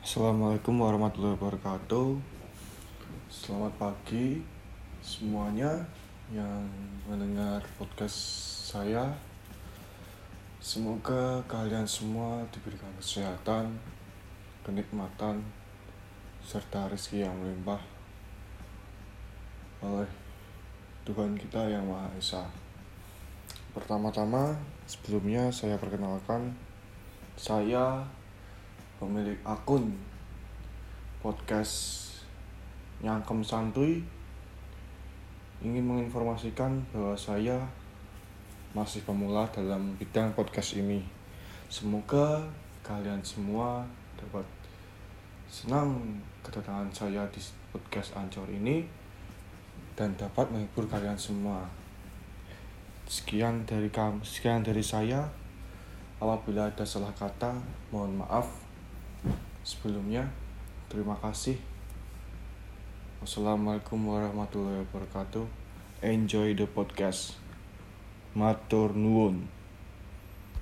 Assalamualaikum warahmatullahi wabarakatuh. Selamat pagi semuanya yang mendengar podcast saya. Semoga kalian semua diberikan kesehatan, kenikmatan, serta rezeki yang melimpah oleh Tuhan kita yang Maha Esa. Pertama-tama, sebelumnya saya perkenalkan, saya pemilik akun podcast Nyangkem Santuy, ingin menginformasikan bahwa saya masih pemula dalam bidang podcast ini. Semoga kalian semua dapat senang kedatangan saya di podcast Ancor ini dan dapat menghibur kalian semua. Sekian dari saya. Apabila ada salah kata, mohon maaf. Sebelumnya, terima kasih. Wassalamualaikum warahmatullahi wabarakatuh. Enjoy the podcast. Matur nuwun.